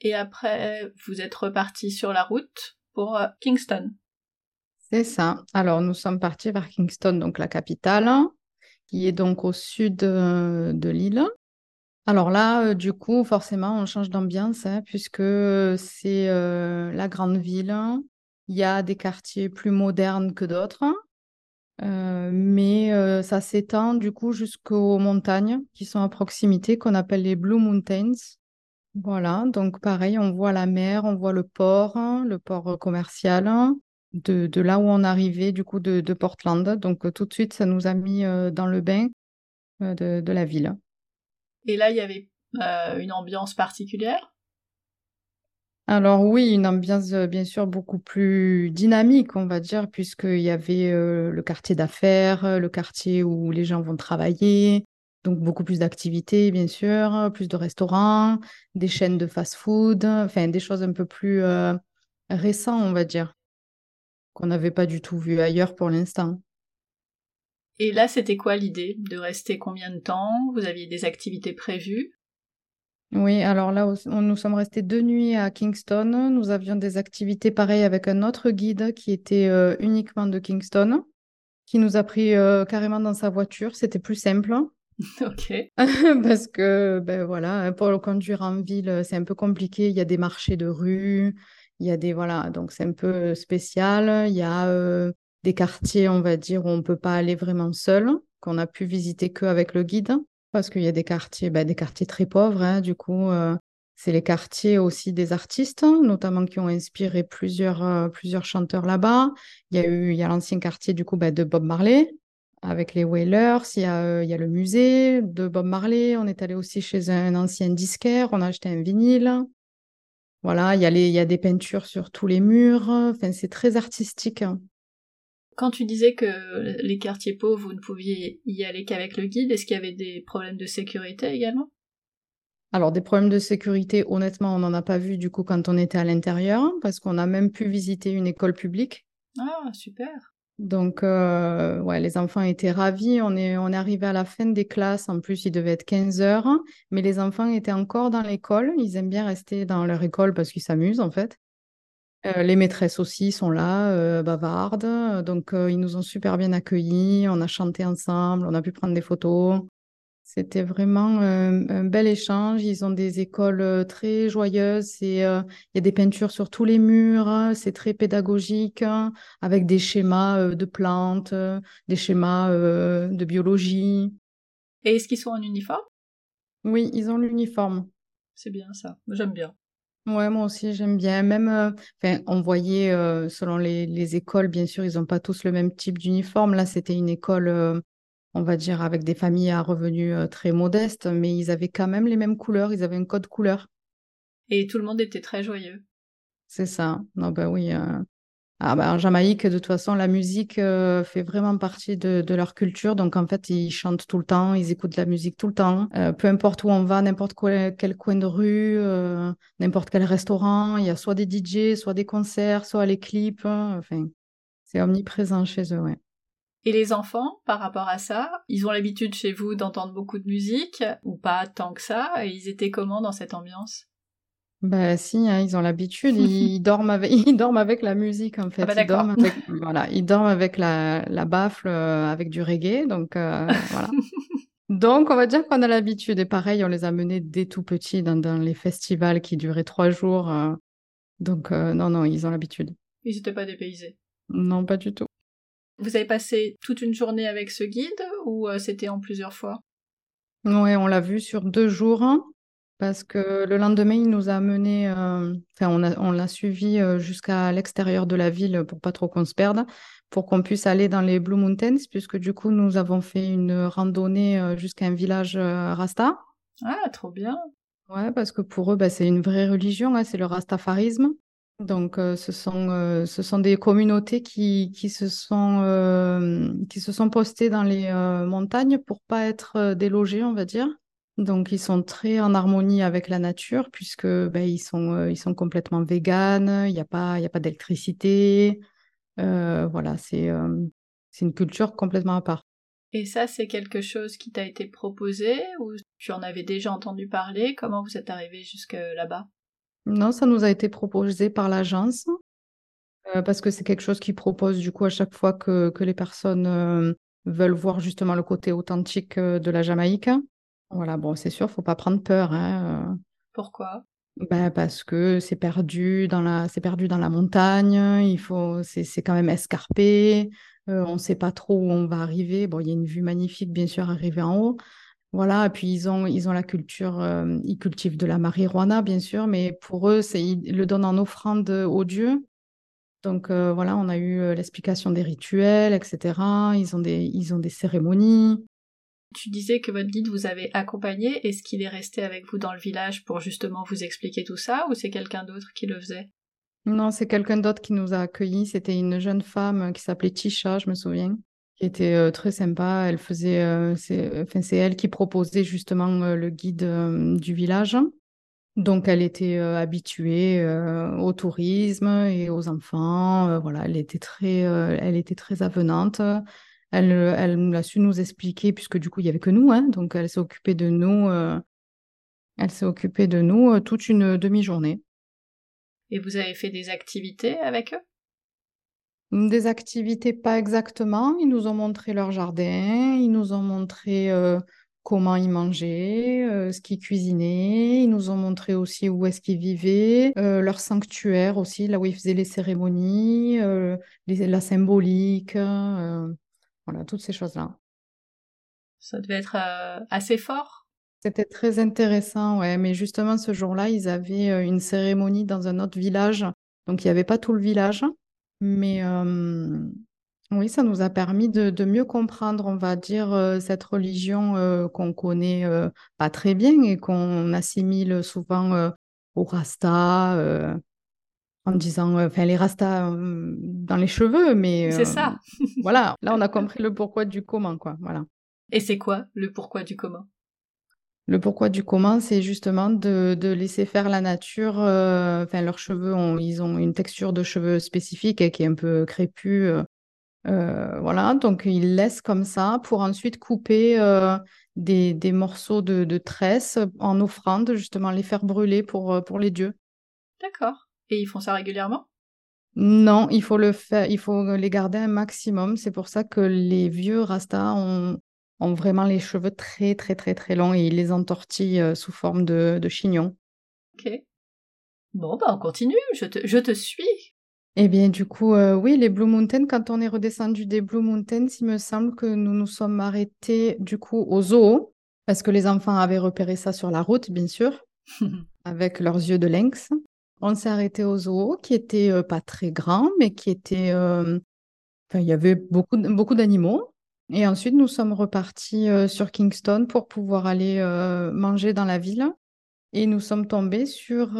Et après, vous êtes reparti sur la route pour Kingston. C'est ça. Alors, nous sommes partis vers Kingston, donc la capitale, qui est donc au sud de l'île. Alors là, du coup, forcément, on change d'ambiance, hein, puisque c'est la grande ville. Il y a des quartiers plus modernes que d'autres, mais ça s'étend du coup jusqu'aux montagnes qui sont à proximité, qu'on appelle les Blue Mountains. Voilà, donc pareil, on voit la mer, on voit le port commercial de là où on arrivait, du coup, de Portland. Donc tout de suite, ça nous a mis dans le bain de la ville. Et là, il y avait une ambiance particulière. Alors oui, une ambiance bien sûr beaucoup plus dynamique, on va dire, puisqu'il y avait le quartier d'affaires, le quartier où les gens vont travailler, donc beaucoup plus d'activités, bien sûr, plus de restaurants, des chaînes de fast-food, enfin des choses un peu plus récentes, on va dire, qu'on n'avait pas du tout vu ailleurs pour l'instant. Et là, c'était quoi l'idée? De rester combien de temps? Vous aviez des activités prévues? Oui, alors là, nous sommes restés 2 nuits à Kingston. Nous avions des activités pareilles avec un autre guide qui était uniquement de Kingston, qui nous a pris carrément dans sa voiture. C'était plus simple Ok. parce que, ben voilà, pour le conduire en ville, c'est un peu compliqué. Il y a des marchés de rue, il y a des, voilà, donc c'est un peu spécial. Il y a des quartiers, on va dire, où on ne peut pas aller vraiment seul, qu'on a pu visiter qu'avec le guide, parce qu'il y a des quartiers, ben, des quartiers très pauvres, hein. Du coup, c'est les quartiers aussi des artistes, notamment qui ont inspiré plusieurs chanteurs là-bas. Il y a l'ancien quartier, du coup, ben, de Bob Marley avec les Wailers, il y a le musée de Bob Marley. On est allé aussi chez un ancien disquaire, on a acheté un vinyle. Voilà, il y a des peintures sur tous les murs. Enfin, c'est très artistique, hein. Quand tu disais que les quartiers pauvres, vous ne pouviez y aller qu'avec le guide, est-ce qu'il y avait des problèmes de sécurité également? Alors, des problèmes de sécurité, honnêtement, on n'en a pas vu du coup quand on était à l'intérieur, parce qu'on a même pu visiter une école publique. Ah, super. Donc, ouais, les enfants étaient ravis. On est arrivé à la fin des classes. En plus, il devait être 15 heures, mais les enfants étaient encore dans l'école. Ils aiment bien rester dans leur école parce qu'ils s'amusent, en fait. Les maîtresses aussi sont là, bavardes. Donc, ils nous ont super bien accueillis. On a chanté ensemble, on a pu prendre des photos. C'était vraiment un bel échange. Ils ont des écoles très joyeuses. Il y a des peintures sur tous les murs. C'est très pédagogique, hein, avec des schémas de plantes, des schémas de biologie. Et est-ce qu'ils sont en uniforme? Oui, ils ont l'uniforme. C'est bien ça. J'aime bien. Ouais, moi aussi, j'aime bien. Même, enfin, on voyait, selon les écoles, bien sûr, ils n'ont pas tous le même type d'uniforme. Là, c'était une école, on va dire, avec des familles à revenus très modestes, mais ils avaient quand même les mêmes couleurs. Ils avaient un code couleur. Et tout le monde était très joyeux. C'est ça. Non, bah oui. Ah, bah, en Jamaïque, de toute façon, la musique fait vraiment partie de leur culture. Donc, en fait, ils chantent tout le temps, ils écoutent de la musique tout le temps. Peu importe où on va, quel coin de rue, n'importe quel restaurant, il y a soit des DJ, soit des concerts, soit les clips. Enfin, c'est omniprésent chez eux, ouais. Et les enfants, par rapport à ça, ils ont l'habitude chez vous d'entendre beaucoup de musique, ou pas tant que ça, et ils étaient comment dans cette ambiance? Bah si, hein, ils ont l'habitude, ils dorment avec, ils dorment avec la musique en Ah bah fait, ils dorment d'accord. avec, voilà, ils dorment avec la baffle, avec du reggae, donc voilà. Donc on va dire qu'on a l'habitude et pareil, on les a menés dès tout petits dans les festivals qui duraient 3 jours, donc non, non, ils ont l'habitude. Ils étaient pas dépaysés. Non, pas du tout. Vous avez passé toute une journée avec ce guide, ou c'était en plusieurs fois? Ouais, on l'a vu sur 2 jours, hein, parce que le lendemain, il nous a menés, enfin, on l'a suivi jusqu'à l'extérieur de la ville pour pas trop qu'on se perde, pour qu'on puisse aller dans les Blue Mountains, puisque du coup, nous avons fait une randonnée jusqu'à un village Rasta. Ah, trop bien. Ouais, parce que pour eux, bah, c'est une vraie religion, hein, c'est le rastafarisme. Donc, ce sont des communautés qui se sont postées dans les montagnes pour pas être délogées, on va dire. Donc, ils sont très en harmonie avec la nature puisque ben, ils sont complètement véganes, il y a pas d'électricité. Voilà, c'est une culture complètement à part. Et ça, c'est quelque chose qui t'a été proposé, ou tu en avais déjà entendu parler? Comment vous êtes arrivé jusque là-bas? Non, ça nous a été proposé par l'agence parce que c'est quelque chose qu'ils proposent du coup à chaque fois que les personnes veulent voir justement le côté authentique de la Jamaïque. Voilà, bon, c'est sûr, faut pas prendre peur, hein. Pourquoi? Ben, parce que c'est perdu dans la montagne, c'est quand même escarpé, on ne sait pas trop où on va arriver. Bon, il y a une vue magnifique, bien sûr, arriver en haut. Voilà, et puis ils ont la culture, ils cultivent de la marijuana, bien sûr, mais pour eux, ils le donnent en offrande aux dieux. Donc voilà, on a eu l'explication des rituels, etc. Ils ont des cérémonies. Tu disais que votre guide vous avait accompagné. Est-ce qu'il est resté avec vous dans le village pour justement vous expliquer tout ça ou c'est quelqu'un d'autre qui le faisait? Non, c'est quelqu'un d'autre qui nous a accueillis. C'était une jeune femme qui s'appelait Tisha, je me souviens, qui était très sympa. Elle faisait, enfin, c'est elle qui proposait justement le guide du village. Donc, elle était habituée au tourisme et aux enfants. Voilà, elle était très avenante. Elle a su nous expliquer, puisque du coup, il n'y avait que nous, hein, donc elle s'est occupée de nous. Elle s'est occupée de nous toute une demi-journée. Et vous avez fait des activités avec eux? Des activités, pas exactement. Ils nous ont montré leur jardin, ils nous ont montré comment ils mangeaient, ce qu'ils cuisinaient. Ils nous ont montré aussi où est-ce qu'ils vivaient, leur sanctuaire aussi, là où ils faisaient les cérémonies, la symbolique, voilà, toutes ces choses-là. Ça devait être assez fort. C'était très intéressant, ouais. Mais justement, ce jour-là, ils avaient une cérémonie dans un autre village. Donc, il n'y avait pas tout le village. Mais oui, ça nous a permis de mieux comprendre, on va dire, cette religion qu'on connaît pas très bien et qu'on assimile souvent aux Rastas, en disant, enfin, les Rastas dans les cheveux. Mais C'est ça. voilà, là, on a compris le pourquoi du comment, quoi. Voilà. Et c'est quoi le pourquoi du comment? Le pourquoi du comment, c'est justement de laisser faire la nature. Enfin, leurs cheveux, ils ont une texture de cheveux spécifique qui est un peu crépue. Voilà, donc ils laissent comme ça pour ensuite couper des morceaux de tresse en offrande, justement les faire brûler pour les dieux. D'accord. Et ils font ça régulièrement? Non, il faut le faire, il faut les garder un maximum. C'est pour ça que les vieux Rastas ont vraiment les cheveux très, très, très, très longs et ils les entortillent sous forme de chignons. Ok. Bon, bah on continue, je te suis. Eh bien, du coup, oui, les Blue Mountains, quand on est redescendu des Blue Mountains, il me semble que nous nous sommes arrêtés, du coup, au zoo, parce que les enfants avaient repéré ça sur la route, bien sûr, avec leurs yeux de lynx. On s'est arrêté au zoo, qui était pas très grand, mais qui était... enfin, il y avait beaucoup d'animaux. Et ensuite, nous sommes repartis sur Kingston pour pouvoir aller manger dans la ville. Et nous sommes tombés sur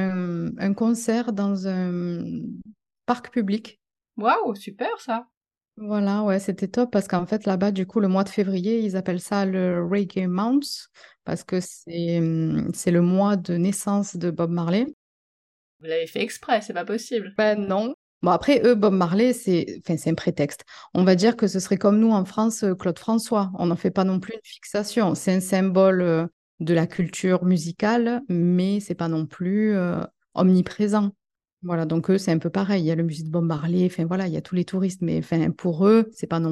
un concert dans un parc public. Waouh, super ça. Voilà, ouais, c'était top parce qu'en fait, là-bas, du coup, le mois de février, ils appellent ça le Reggae Month parce que c'est le mois de naissance de Bob Marley. Vous l'avez fait exprès, c'est pas possible. Ben non. Bon, après, eux, Bob Marley, enfin, c'est un prétexte. On va dire que ce serait comme nous en France, Claude François. On n'en fait pas non plus une fixation. C'est un symbole de la culture musicale, mais c'est pas non plus omniprésent. Voilà, donc eux, c'est un peu pareil. Il y a le musée de Bob Marley, enfin voilà, il y a tous les touristes, mais enfin, pour eux,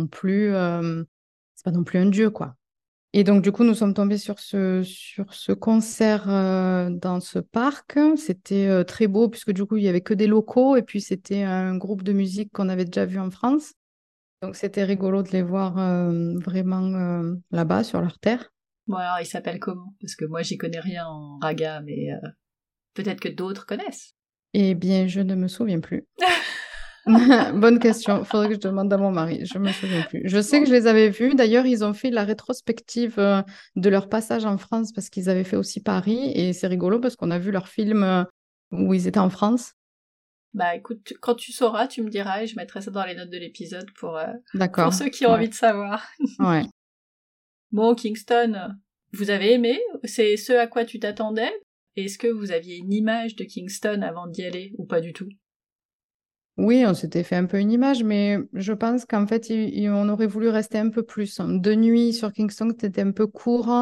c'est pas non plus un dieu, quoi. Et donc, du coup, nous sommes tombés sur ce concert dans ce parc. C'était très beau, puisque du coup, il y avait que des locaux, et puis c'était un groupe de musique qu'on avait déjà vu en France. Donc, c'était rigolo de les voir vraiment là-bas, sur leur terre. Bon alors il s'appelle comment? Parce que moi j'y connais rien en raga, mais peut-être que d'autres connaissent. Eh bien, je ne me souviens plus. Bonne question. Faudrait que je demande à mon mari. Je me souviens plus. Je sais que Bon. je les avais vus. D'ailleurs, ils ont fait la rétrospective de leur passage en France parce qu'ils avaient fait aussi Paris. Et c'est rigolo parce qu'on a vu leur film où ils étaient en France. Bah écoute, quand tu sauras, tu me diras et je mettrai ça dans les notes de l'épisode pour D'accord. ceux qui ont Ouais. envie de savoir. Ouais. Bon, Kingston, vous avez aimé? C'est ce à quoi tu t'attendais? Est-ce que vous aviez une image de Kingston avant d'y aller ou pas du tout? Oui, on s'était fait un peu une image, mais je pense qu'en fait, on aurait voulu rester un peu plus. De nuit sur Kingston, c'était un peu court.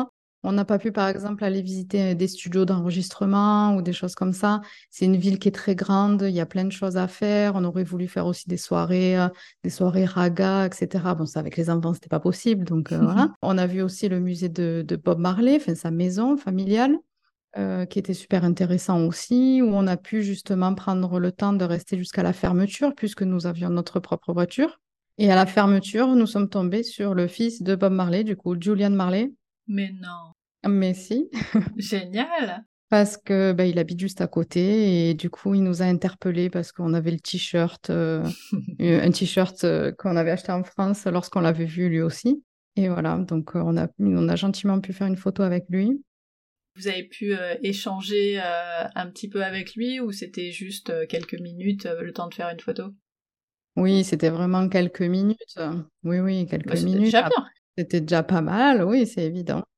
On n'a pas pu, par exemple, aller visiter des studios d'enregistrement ou des choses comme ça. C'est une ville qui est très grande, il y a plein de choses à faire. On aurait voulu faire aussi des soirées raga, etc. Bon, ça, avec les enfants, c'était pas possible, donc voilà. On a vu aussi le musée de Bob Marley, enfin, sa maison familiale, qui était super intéressant aussi, où on a pu justement prendre le temps de rester jusqu'à la fermeture, puisque nous avions notre propre voiture. Et à la fermeture, nous sommes tombés sur le fils de Bob Marley, du coup, Julian Marley. Mais non. Mais si, Génial. parce que il habite juste à côté et du coup, il nous a interpellés parce qu'on avait le t-shirt, un t-shirt qu'on avait acheté en France lorsqu'on l'avait vu lui aussi. Et voilà, donc on a gentiment pu faire une photo avec lui. Vous avez pu échanger un petit peu avec lui ou c'était juste quelques minutes, le temps de faire une photo? Oui, c'était vraiment quelques minutes. Oui, oui, quelques Bah, c'était minutes. déjà Après, bien. c'était déjà pas mal, oui, c'est évident.